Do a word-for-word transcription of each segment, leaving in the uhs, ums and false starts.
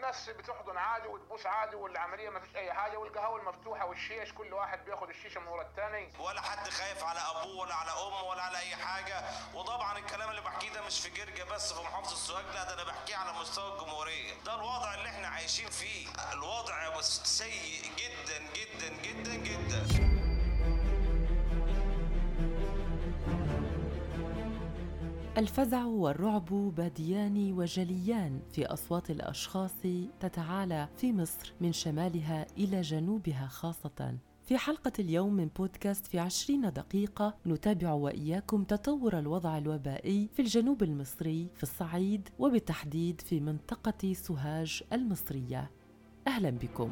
الناس بتحضن عادي وتبوس عادي والعمليه ما فيش اي حاجه، والقهوه المفتوحه والشيش كل واحد بياخد الشيشه من ورا الثاني، ولا حد خايف على ابوه ولا على امه ولا على اي حاجه. وطبعا الكلام اللي بحكيه ده مش في جرجه بس في محافظه سوهاج، لا ده انا بحكيه على مستوى الجمهوريه. ده الوضع اللي احنا عايشين فيه، الوضع سيء جدا جدا جدا جدا. الفزع والرعب باديان وجليان في أصوات الأشخاص تتعالى في مصر من شمالها إلى جنوبها خاصة. في حلقة اليوم من بودكاست في عشرين دقيقة نتابع وإياكم تطور الوضع الوبائي في الجنوب المصري في الصعيد، وبالتحديد في منطقة سوهاج المصرية. أهلا بكم.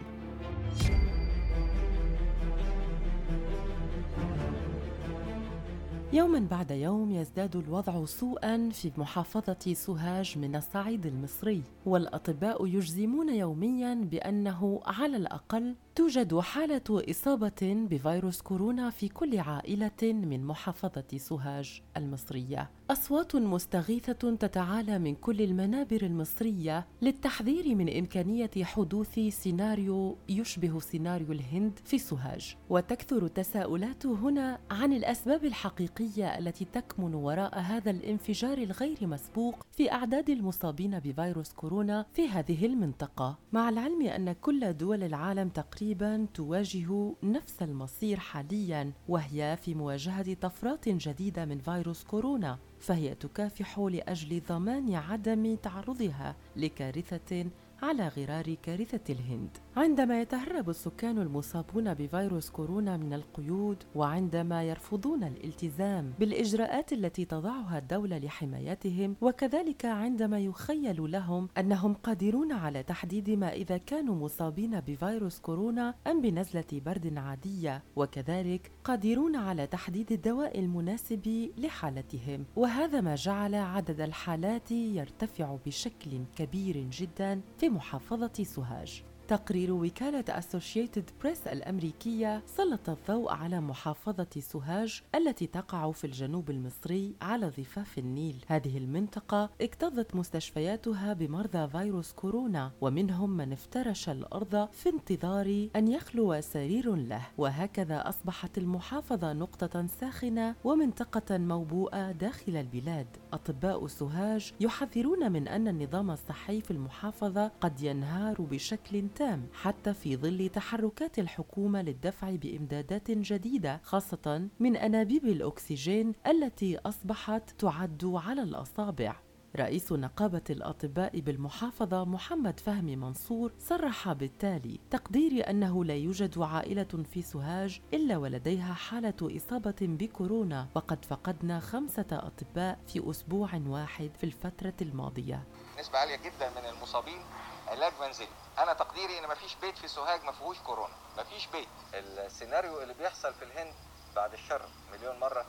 يوماً بعد يوم يزداد الوضع سوءاً في محافظة سوهاج من الصعيد المصري، والأطباء يجزمون يومياً بأنه على الأقل توجد حالة إصابة بفيروس كورونا في كل عائلة من محافظة سوهاج المصرية. أصوات مستغيثة تتعالى من كل المنابر المصرية للتحذير من إمكانية حدوث سيناريو يشبه سيناريو الهند في سوهاج، وتكثر التساؤلات هنا عن الأسباب الحقيقية التي تكمن وراء هذا الانفجار الغير مسبوق في أعداد المصابين بفيروس كورونا في هذه المنطقة، مع العلم أن كل دول العالم تقريبا تواجه نفس المصير حاليا، وهي في مواجهة طفرات جديدة من فيروس كورونا، فهي تكافح لأجل ضمان عدم تعرضها لكارثة على غرار كارثة الهند. عندما يتهرب السكان المصابون بفيروس كورونا من القيود، وعندما يرفضون الالتزام بالإجراءات التي تضعها الدولة لحمايتهم، وكذلك عندما يخيل لهم أنهم قادرون على تحديد ما إذا كانوا مصابين بفيروس كورونا أم بنزلة برد عادية، وكذلك قادرون على تحديد الدواء المناسب لحالتهم، وهذا ما جعل عدد الحالات يرتفع بشكل كبير جدا في محافظة سوهاج. تقرير وكالة أسوشيتد بريس الأمريكية سلط الضوء على محافظة سوهاج التي تقع في الجنوب المصري على ضفاف النيل. هذه المنطقة اكتظت مستشفياتها بمرضى فيروس كورونا، ومنهم من افترش الأرض في انتظار أن يخلو سرير له، وهكذا أصبحت المحافظة نقطة ساخنة ومنطقة موبوءة داخل البلاد. أطباء سوهاج يحذرون من أن النظام الصحي في المحافظة قد ينهار بشكل تام حتى في ظل تحركات الحكومة للدفع بإمدادات جديدة، خاصة من أنابيب الأكسجين التي أصبحت تعد على الأصابع. رئيس نقابة الأطباء بالمحافظة محمد فهمي منصور صرح بالتالي: تقديري أنه لا يوجد عائلة في سوهاج إلا ولديها حالة إصابة بكورونا، وقد فقدنا خمسة أطباء في أسبوع واحد في الفترة الماضية. نسبة عالية جدا من المصابين علاج منزلي. انا تقديري ان مفيش بيت في سوهاج ما فيهوش كورونا، مفيش بيت. السيناريو اللي بيحصل في الهند بعد الشر مليون مره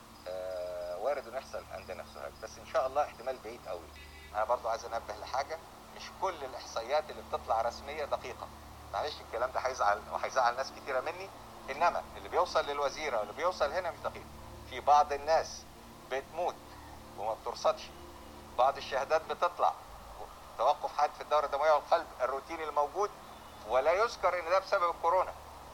آه وارد انه يحصل عندنا في سوهاج، بس ان شاء الله احتمال بعيد قوي. انا برضو عايز انبه لحاجه، مش كل الاحصائيات اللي بتطلع رسميه دقيقه، معلش الكلام ده هيزعل وهيزعل ناس كتيره مني، انما اللي بيوصل للوزيره واللي بيوصل هنا مش دقيق. في بعض الناس بتموت وما بترصدش، بعض الشهادات بتطلع توقف حاد في الدورة الدموية والقلب الروتيني الموجود ولا يذكر ان ده بسبب الكورونا.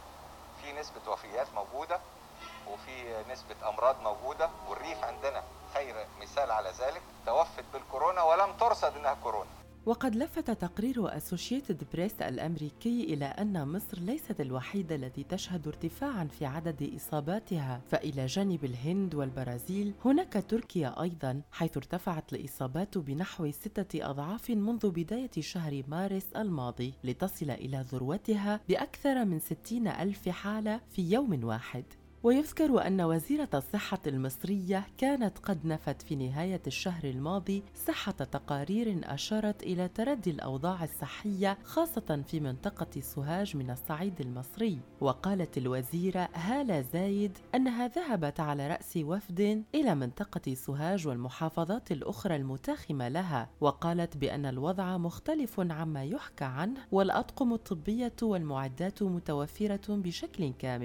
في نسبة وفيات موجودة وفي نسبة امراض موجودة، والريف عندنا خير مثال على ذلك، توفت بالكورونا ولم ترصد انها كورونا. وقد لفت تقرير أسوشيتد بريس الأمريكي إلى أن مصر ليست الوحيدة التي تشهد ارتفاعاً في عدد إصاباتها، فإلى جانب الهند والبرازيل هناك تركيا أيضاً، حيث ارتفعت الإصابات بنحو ستة أضعاف منذ بداية شهر مارس الماضي، لتصل إلى ذروتها بأكثر من ستين ألف حالة في يوم واحد. ويذكر أن وزيرة الصحة المصرية كانت قد نفت في نهاية الشهر الماضي صحة تقارير أشارت إلى تردي الأوضاع الصحية خاصة في منطقة سوهاج من الصعيد المصري. وقالت الوزيرة هالة زايد أنها ذهبت على رأس وفد إلى منطقة سوهاج والمحافظات الأخرى المتاخمة لها، وقالت بأن الوضع مختلف عما يحكى عنه، والأطقم الطبية والمعدات متوفرة بشكل كامل.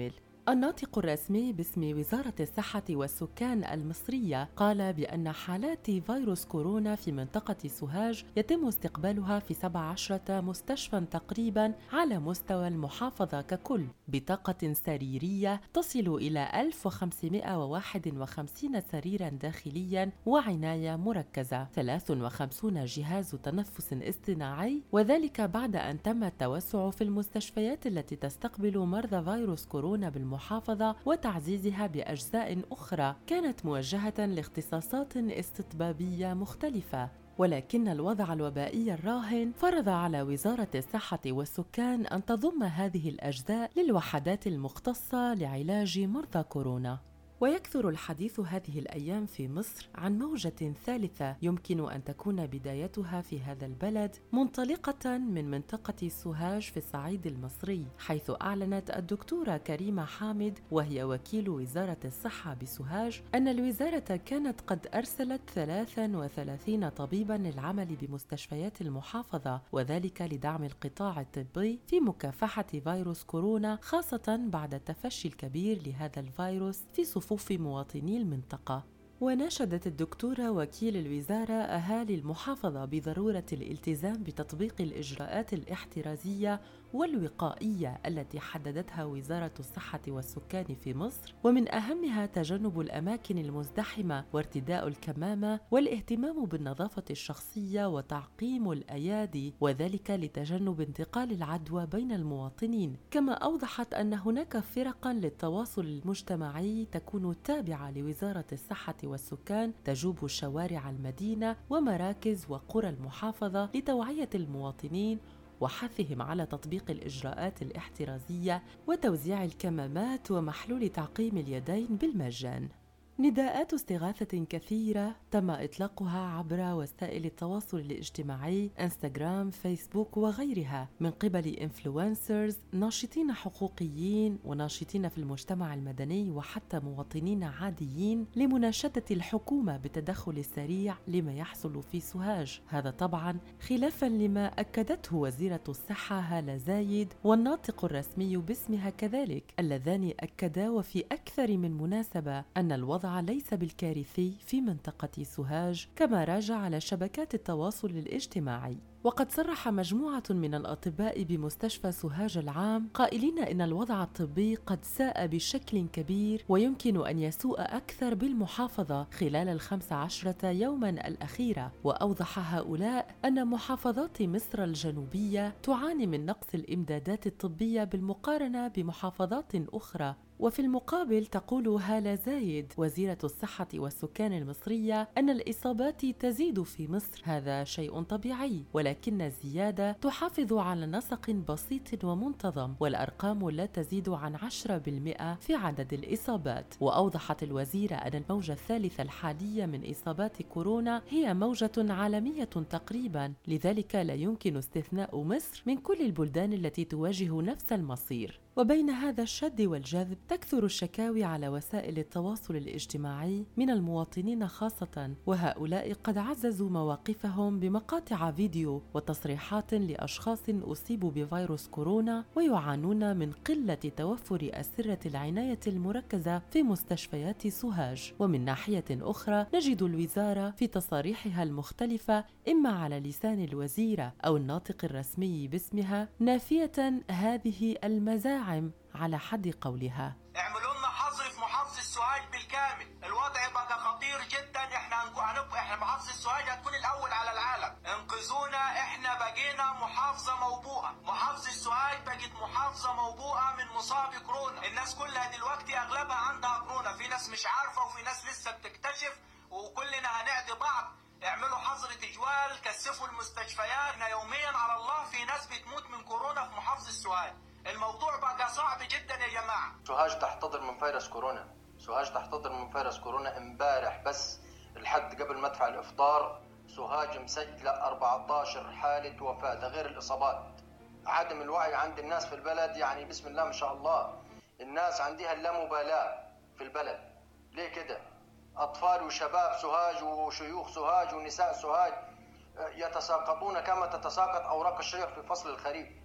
الناطق الرسمي باسم وزارة الصحة والسكان المصرية قال بأن حالات فيروس كورونا في منطقة سوهاج يتم استقبالها في سبع عشرة مستشفى تقريباً على مستوى المحافظة ككل، بطاقة سريرية تصل إلى ألف وخمسمائة وواحد وخمسين سريراً داخلياً وعناية مركزة، ثلاث وخمسين جهاز تنفس اصطناعي، وذلك بعد أن تم التوسع في المستشفيات التي تستقبل مرضى فيروس كورونا بالمحافظة المحافظة وتعزيزها بأجزاء أخرى كانت موجهة لاختصاصات استطبابية مختلفة. ولكن الوضع الوبائي الراهن فرض على وزارة الصحة والسكان أن تضم هذه الأجزاء للوحدات المختصة لعلاج مرضى كورونا. ويكثر الحديث هذه الأيام في مصر عن موجة ثالثة يمكن أن تكون بدايتها في هذا البلد، منطلقة من منطقة سوهاج في الصعيد المصري، حيث أعلنت الدكتورة كريمة حامد وهي وكيل وزارة الصحة بسوهاج أن الوزارة كانت قد أرسلت ثلاثة وثلاثين طبيباً للعمل بمستشفيات المحافظة، وذلك لدعم القطاع الطبي في مكافحة فيروس كورونا، خاصة بعد التفشي الكبير لهذا الفيروس في صفوف صفوف مواطني المنطقة. وناشدت الدكتورة وكيل الوزارة أهالي المحافظة بضرورة الالتزام بتطبيق الإجراءات الاحترازية والوقائية التي حددتها وزارة الصحة والسكان في مصر، ومن أهمها تجنب الأماكن المزدحمة وارتداء الكمامة والاهتمام بالنظافة الشخصية وتعقيم الأيادي، وذلك لتجنب انتقال العدوى بين المواطنين. كما أوضحت أن هناك فرقاً للتواصل المجتمعي تكون تابعة لوزارة الصحة والسكان تجوب شوارع المدينة ومراكز وقرى المحافظة لتوعية المواطنين وحثهم على تطبيق الإجراءات الاحترازية وتوزيع الكمامات ومحلول تعقيم اليدين بالمجان. نداءات استغاثة كثيرة تم إطلاقها عبر وسائل التواصل الاجتماعي انستغرام، فيسبوك وغيرها من قبل إنفلونسرز، ناشطين حقوقيين وناشطين في المجتمع المدني وحتى مواطنين عاديين لمناشدة الحكومة بالتدخل السريع لما يحصل في سوهاج. هذا طبعا خلافا لما أكدته وزيرة الصحة هالة زايد والناطق الرسمي باسمها كذلك، اللذان أكدا وفي أكثر من مناسبة أن الوضع ليس بالكارثي في منطقة سوهاج، كما راجع على شبكات التواصل الاجتماعي. وقد صرح مجموعة من الأطباء بمستشفى سوهاج العام قائلين إن الوضع الطبي قد ساء بشكل كبير ويمكن أن يسوء أكثر بالمحافظة خلال الخمس عشرة يوما الأخيرة. وأوضح هؤلاء أن محافظات مصر الجنوبية تعاني من نقص الإمدادات الطبية بالمقارنة بمحافظات أخرى. وفي المقابل تقول هالة زايد وزيرة الصحة والسكان المصرية أن الإصابات تزيد في مصر، هذا شيء طبيعي، ولكن الزيادة تحافظ على نسق بسيط ومنتظم، والأرقام لا تزيد عن عشرة بالمئة في عدد الإصابات. وأوضحت الوزيرة أن الموجة الثالثة الحالية من إصابات كورونا هي موجة عالمية تقريبا، لذلك لا يمكن استثناء مصر من كل البلدان التي تواجه نفس المصير. وبين هذا الشد والجذب تكثر الشكاوي على وسائل التواصل الاجتماعي من المواطنين خاصة، وهؤلاء قد عززوا مواقفهم بمقاطع فيديو وتصريحات لأشخاص أصيبوا بفيروس كورونا ويعانون من قلة توفر أسرة العناية المركزة في مستشفيات سوهاج. ومن ناحية أخرى نجد الوزارة في تصاريحها المختلفة إما على لسان الوزيرة أو الناطق الرسمي باسمها نافية هذه المزاعم على حد قولها: اعملوا لنا حظر في محافظة سوهاج بالكامل، الوضع بقى خطير جدا، احنا هنبقى احنا محافظة سوهاج هتكون الاول على العالم، انقذونا، احنا بقينا محافظة موبوءة، محافظة سوهاج بقت محافظة موبوءة من مصاب كورونا، الناس كلها دلوقتي اغلبها عندها كورونا، في ناس مش عارفة وفي ناس لسه بتكتشف، وكلنا هنعدي بعض. اعملوا حظر تجوال، كثفوا المستشفيات، يوميا على الله في ناس بتموت من كورونا في محافظة سوهاج. الموضوع بقى صعب جدا يا جماعه. سوهاج تحتضر من فيروس كورونا، سوهاج تحتضر من فيروس كورونا. امبارح بس الحد قبل مدفع الافطار سوهاج مسجله أربعة عشر حاله وفاه، ده غير الاصابات. عدم الوعي عند الناس في البلد، يعني بسم الله ما شاء الله، الناس عندها اللامبالاه في البلد. ليه كده؟ اطفال وشباب سوهاج وشيوخ سوهاج ونساء سوهاج يتساقطون كما تتساقط اوراق الشجر في فصل الخريف.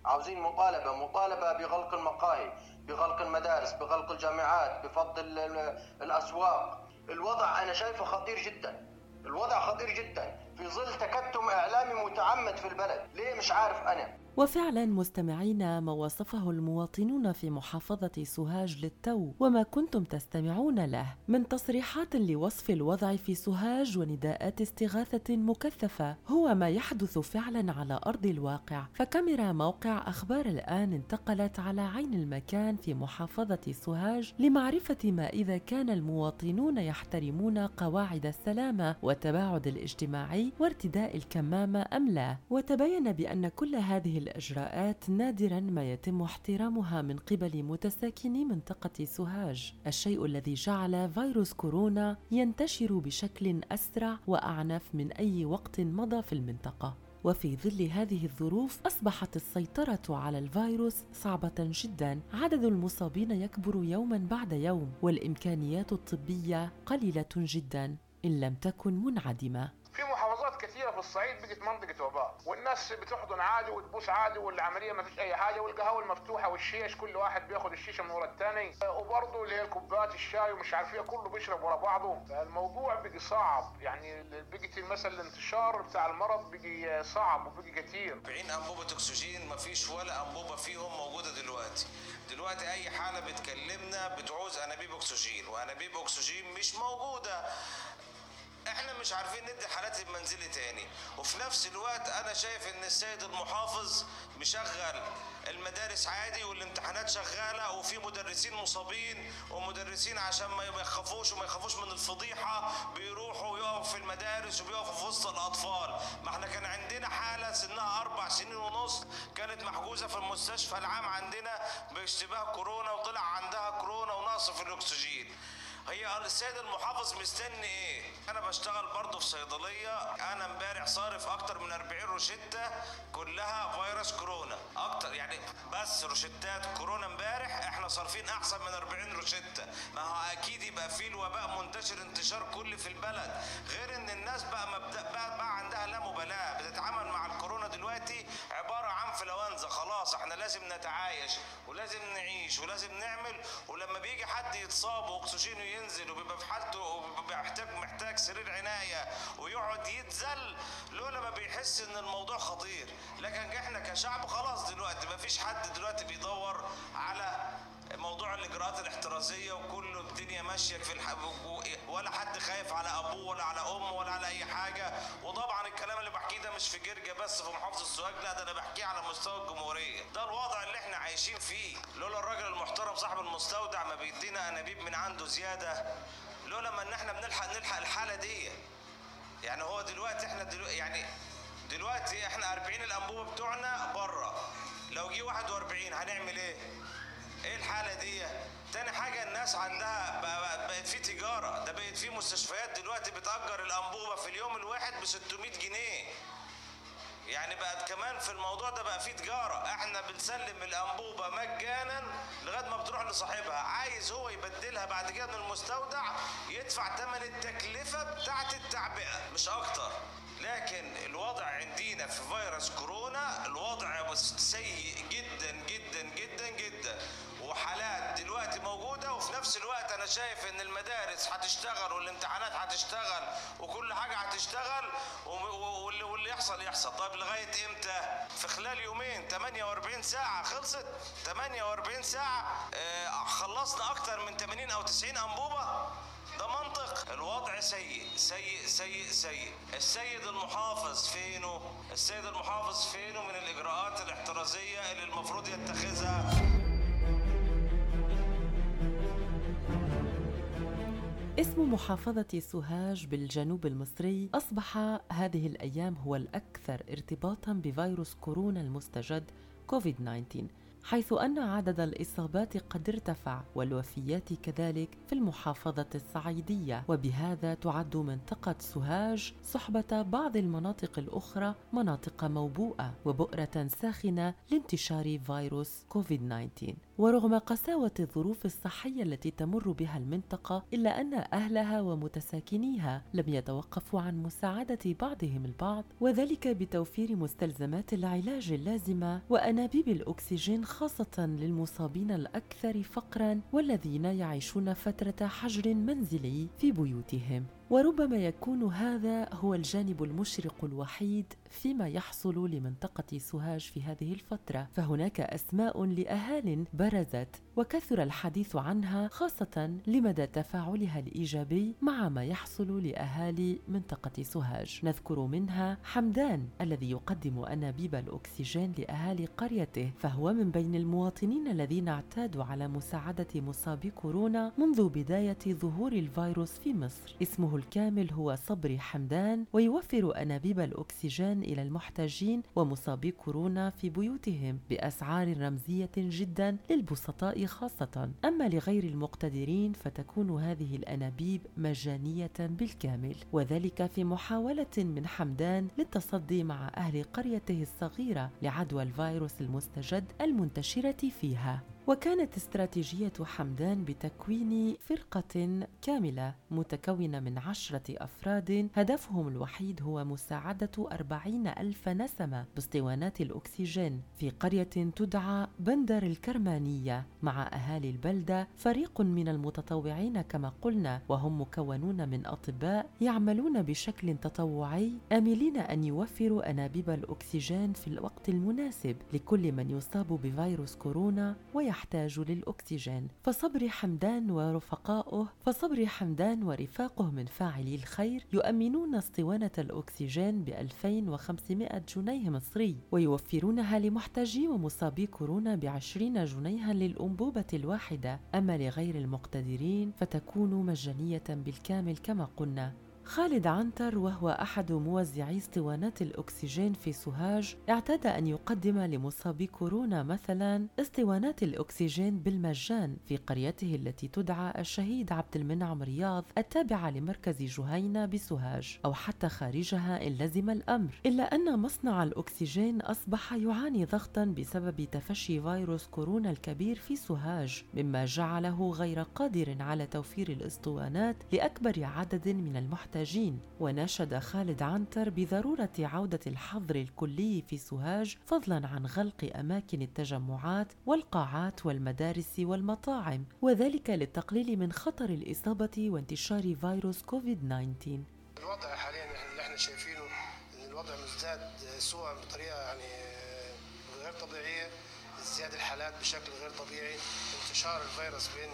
عاوزين مطالبة مطالبة بغلق المقاهي، بغلق المدارس، بغلق الجامعات، بفض الأسواق. الوضع أنا شايفه خطير جدا، الوضع خطير جدا في ظل تكتم إعلامي متعمد في البلد. ليه مش عارف أنا. وفعلا مستمعينا، ما وصفه المواطنون في محافظة سوهاج للتو وما كنتم تستمعون له من تصريحات لوصف الوضع في سوهاج ونداءات استغاثة مكثفة هو ما يحدث فعلا على أرض الواقع. فكاميرا موقع أخبار الآن انتقلت على عين المكان في محافظة سوهاج لمعرفة ما إذا كان المواطنون يحترمون قواعد السلامة والتباعد الاجتماعي وارتداء الكمامة أم لا. وتبين بأن كل هذه الإجراءات نادراً ما يتم احترامها من قبل متساكني منطقة سوهاج، الشيء الذي جعل فيروس كورونا ينتشر بشكل أسرع وأعنف من أي وقت مضى في المنطقة. وفي ظل هذه الظروف أصبحت السيطرة على الفيروس صعبة جداً، عدد المصابين يكبر يوماً بعد يوم، والإمكانيات الطبية قليلة جداً إن لم تكن منعدمة. في محافظات كثيره في الصعيد بقت منطقه وباء، والناس بتحضن عادي وتبوس عادي والعمليه ما فيش اي حاجه، والقهوه المفتوحه والشيش كل واحد بياخد الشيشه من ورا الثاني، وبرضه اللي هي الكوبات الشاي ومش عارف ايه كله بيشرب ورا بعضه. فالموضوع بقي صعب، يعني بقت مثلا الانتشار بتاع المرض بقي صعب وبقي كثير. أربعين انبوبه اكسجين ما فيش ولا انبوبه فيهم موجوده دلوقتي. دلوقتي اي حاله بتكلمنا بتعوز انابيب اكسجين، وانابيب اكسجين مش موجوده. احنا مش عارفين ندي حالات المنزلي تاني. وفي نفس الوقت انا شايف ان السيد المحافظ مشغل المدارس عادي والامتحانات شغاله، وفي مدرسين مصابين ومدرسين عشان ما يخافوش وما يخافوش من الفضيحه بيروحوا يقفوا في المدارس وبيقفوا في وسط الاطفال. ما احنا كان عندنا حاله سنها اربع سنين ونص كانت محجوزه في المستشفى العام عندنا باشتباه كورونا، وطلع عندها كورونا ونقص في الاكسجين. هي السيد المحافظ مستني ايه؟ انا بشتغل برضه في صيدليه، انا امبارح صارف اكتر من أربعين روشته كلها فيروس كورونا، اكتر يعني بس روشتات كورونا امبارح احنا صارفين احسن من أربعين روشته. ما هو اكيد يبقى في الوباء منتشر انتشار كلي في البلد، غير ان الناس بقى مبدا بقى, بقى عندها لا مبالاه، بتتعامل مع الكورونا دلوقتي عباره عن انفلونزا. خلاص احنا لازم نتعايش ولازم نعيش ولازم نعمل، ولما بيجي حد يتصاب واكسجينه ينزل وبيبقى في حالته وبيبقى محتاج محتاج سرير عنايه ويقعد يتذل لولا ما بيحس ان الموضوع خطير. لكن احنا كشعب خلاص دلوقتي ما فيش حد دلوقتي بيدور على موضوع الاجراءات الاحترازيه، وكله الدنيا ماشيه في الح... ولا حد خايف على ابوه ولا على امه ولا على اي حاجه. وطبعا الكلام اللي بحكيه ده مش في جرجه بس في محافظه سوهاج، لا ده انا بحكيه على مستوى الجمهوريه. ده الوضع اللي احنا عايشين فيه. لولا الراجل المحترم صاحب المستودع ما بيدينا انابيب من عنده زياده، لولا ما ان احنا بنلحق نلحق الحاله دي. يعني هو دلوقتي احنا دلوقتي يعني دلوقتي احنا أربعين الانبوبه بتوعنا بره، لو جه واحد وأربعين هنعمل ايه؟ ايه الحاله دي؟ تاني حاجه الناس عندها بقت في تجاره، ده بقت في مستشفيات دلوقتي بتأجر الانبوبه في اليوم الواحد ب ستمية جنيه. يعني بقت كمان في الموضوع ده بقى في تجاره، احنا بنسلم الانبوبه مجانا لغايه ما بتروح لصاحبها، عايز هو يبدلها بعد كده من المستودع يدفع ثمن التكلفه بتاعه التعبئه مش اكتر. لكن الوضع عندنا في فيروس كورونا الوضع سيء جدا جدا جدا جدا، وحالات دلوقتي موجوده، وفي نفس الوقت انا شايف ان المدارس هتشتغل والامتحانات هتشتغل وكل حاجه هتشتغل، واللي واللي يحصل يحصل. طيب لغايه امتى؟ في خلال يومين ثمانية وأربعين ساعه خلصت، ثمانية وأربعين ساعه آه خلصنا اكتر من ثمانين او تسعين انبوبه. ده منطق؟ الوضع سيء سيء سيء سيء. السيد المحافظ فينه؟ السيد المحافظ فينه من الإجراءات الاحترازية اللي المفروض يتخذها؟ اسم محافظة سوهاج بالجنوب المصري أصبح هذه الأيام هو الأكثر ارتباطاً بفيروس كورونا المستجد كوفيد تسعة عشر، حيث أن عدد الإصابات قد ارتفع والوفيات كذلك في المحافظة الصعيدية، وبهذا تعد منطقة سوهاج صحبة بعض المناطق الأخرى مناطق موبوءة وبؤرة ساخنة لانتشار فيروس كوفيد تسعة عشر. ورغم قساوة الظروف الصحية التي تمر بها المنطقة، إلا أن أهلها ومتساكنيها لم يتوقفوا عن مساعدة بعضهم البعض، وذلك بتوفير مستلزمات العلاج اللازمة وأنابيب الأكسجين خاصة للمصابين الأكثر فقراً والذين يعيشون فترة حجر منزلي في بيوتهم. وربما يكون هذا هو الجانب المشرق الوحيد فيما يحصل لمنطقة سوهاج في هذه الفترة، فهناك أسماء لأهال برزت وكثر الحديث عنها خاصة لمدى تفاعلها الإيجابي مع ما يحصل لأهالي منطقة سوهاج. نذكر منها حمدان الذي يقدم أنابيب الأكسجين لأهالي قريته، فهو من بين المواطنين الذين اعتادوا على مساعدة مصابي كورونا منذ بداية ظهور الفيروس في مصر. اسمه الكامل هو صبري حمدان، ويوفر أنابيب الأكسجين إلى المحتاجين ومصابي كورونا في بيوتهم بأسعار رمزية جدا للبسطاء خاصة. أما لغير المقتدرين فتكون هذه الأنابيب مجانية بالكامل، وذلك في محاولة من حمدان للتصدي مع أهل قريته الصغيرة لعدوى الفيروس المستجد المنتشرة فيها. وكانت استراتيجية حمدان بتكوين فرقة كاملة متكونة من عشرة أفراد هدفهم الوحيد هو مساعدة أربعين ألف نسمة باسطوانات الأكسجين في قرية تدعى بندر الكرمانية مع أهالي البلدة. فريق من المتطوعين كما قلنا، وهم مكونون من أطباء يعملون بشكل تطوعي آملين أن يوفروا أنابيب الأكسجين في الوقت المناسب لكل من يصاب بفيروس كورونا ويحتاج يحتاج للأكسجين. فصبري حمدان ورفقائه فصبري حمدان ورفاقه من فاعلي الخير يؤمنون اسطوانة الأكسجين ب ألفين وخمسمائة جنيه مصري، ويوفرونها لمحتاجي ومصابي كورونا بعشرين جنيها للأنبوبة الواحدة. أما لغير المقتدرين فتكون مجانية بالكامل كما قلنا. خالد عنتر وهو أحد موزعي اسطوانات الأكسجين في سوهاج اعتاد أن يقدم لمصابي كورونا مثلا اسطوانات الأكسجين بالمجان في قريته التي تدعى الشهيد عبد المنعم رياض التابعة لمركز جهينة بسوهاج، أو حتى خارجها إن لزم الأمر. إلا أن مصنع الأكسجين أصبح يعاني ضغطا بسبب تفشي فيروس كورونا الكبير في سوهاج، مما جعله غير قادر على توفير الاسطوانات لأكبر عدد من المحتاجين. وناشد خالد عنتر بضرورة عودة الحظر الكلي في سوهاج، فضلا عن غلق أماكن التجمعات والقاعات والمدارس والمطاعم، وذلك للتقليل من خطر الإصابة وانتشار فيروس كوفيد تسعة عشر. الوضع حاليا اللي احنا شايفينه ان الوضع مزداد سوءا بطريقة يعني غير طبيعية، ازدياد الحالات بشكل غير طبيعي، انتشار الفيروس بين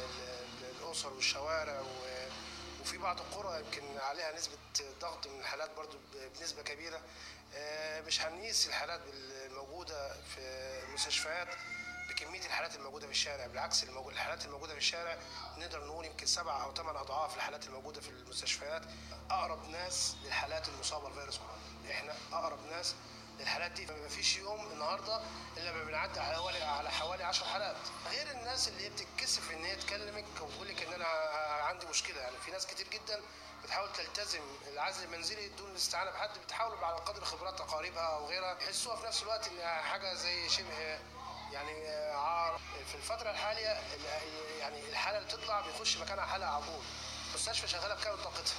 الأسر والشوارع، وفي بعض القرى يمكن عليها نسبة ضغط من الحالات برضو بنسبة كبيرة. مش هنقيس الحالات الموجودة في المستشفيات بكمية الحالات الموجودة في الشارع، بالعكس الحالات الموجودة في الشارع نقدر نقول يمكن سبعة أو ثمان أضعاف الحالات الموجودة في المستشفيات. أقرب ناس للحالات المصابة بفيروس كورونا إحنا أقرب ناس للحالات دي. ما فيش يوم النهارده الا ما بنعدي على حوالي على حوالي عشر حالات، غير الناس اللي هي بتتكسف ان هي تكلمك وتقول لك ان انا عندي مشكله. يعني في ناس كتير جدا بتحاول تلتزم العزل المنزلي دون الاستعانه بحد، بتحاول على قدر خبرات اقاربها او غيرها، يحسوها في نفس الوقت ان حاجه زي شبه يعني عار. في الفتره الحاليه يعني الحاله اللي تطلع بيخش مكانها حاله على طول. المستشفى شغاله بكامل طاقتها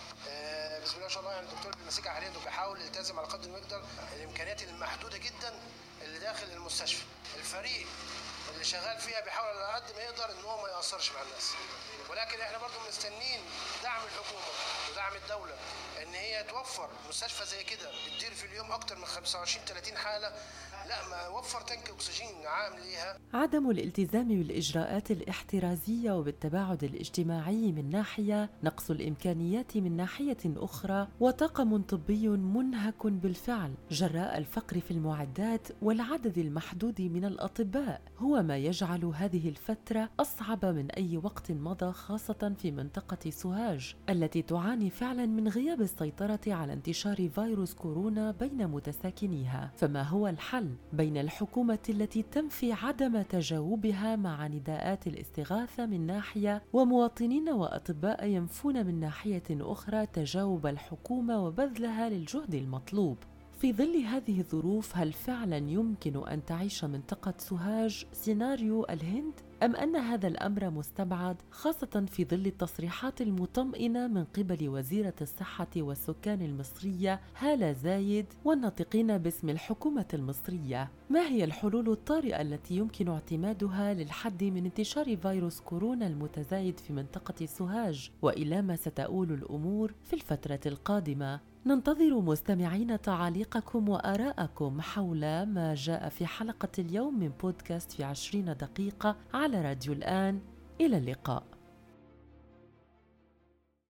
بسم الله ما شاء الله. يعني الدكتور اللي ماسكها حاليا بيحاول يلتزم على قدر ما يقدر الامكانيات المحدوده جدا اللي داخل المستشفى. الفريق اللي شغال فيها بيحاول على قد ما يقدر ان هو ما ياثرش مع الناس، ولكن احنا برضو مستنين دعم الحكومه ودعم الدوله ان هي توفر مستشفى زي كده بتدير في اليوم اكتر من خمسة وعشرين ثلاثين حاله، لا ما وفر تانك اكسجين عام ليها. عدم الالتزام بالاجراءات الاحترازيه وبالتباعد الاجتماعي من ناحيه، نقص الامكانيات من ناحيه اخرى، وطاقم طبي منهك بالفعل جراء الفقر في المعدات والعدد المحدود من الاطباء هو ما يجعل هذه الفتره اصعب من اي وقت مضى، خاصه في منطقه سوهاج التي تعاني فعلا من غياب السيطره على انتشار فيروس كورونا بين متساكنيها. فما هو الحل؟ بين الحكومة التي تنفي عدم تجاوبها مع نداءات الاستغاثة من ناحية، ومواطنين وأطباء ينفون من ناحية أخرى تجاوب الحكومة وبذلها للجهد المطلوب. في ظل هذه الظروف، هل فعلا يمكن أن تعيش منطقة سوهاج سيناريو الهند؟ أم أن هذا الأمر مستبعد، خاصة في ظل التصريحات المطمئنة من قبل وزيرة الصحة والسكان المصرية هالة زايد والناطقين باسم الحكومة المصرية؟ ما هي الحلول الطارئة التي يمكن اعتمادها للحد من انتشار فيروس كورونا المتزايد في منطقة سوهاج؟ وإلى ما ستؤول الأمور في الفترة القادمة؟ ننتظر مستمعين تعاليقكم وآراءكم حول ما جاء في حلقة اليوم من بودكاست في عشرين دقيقة على راديو الآن. إلى اللقاء.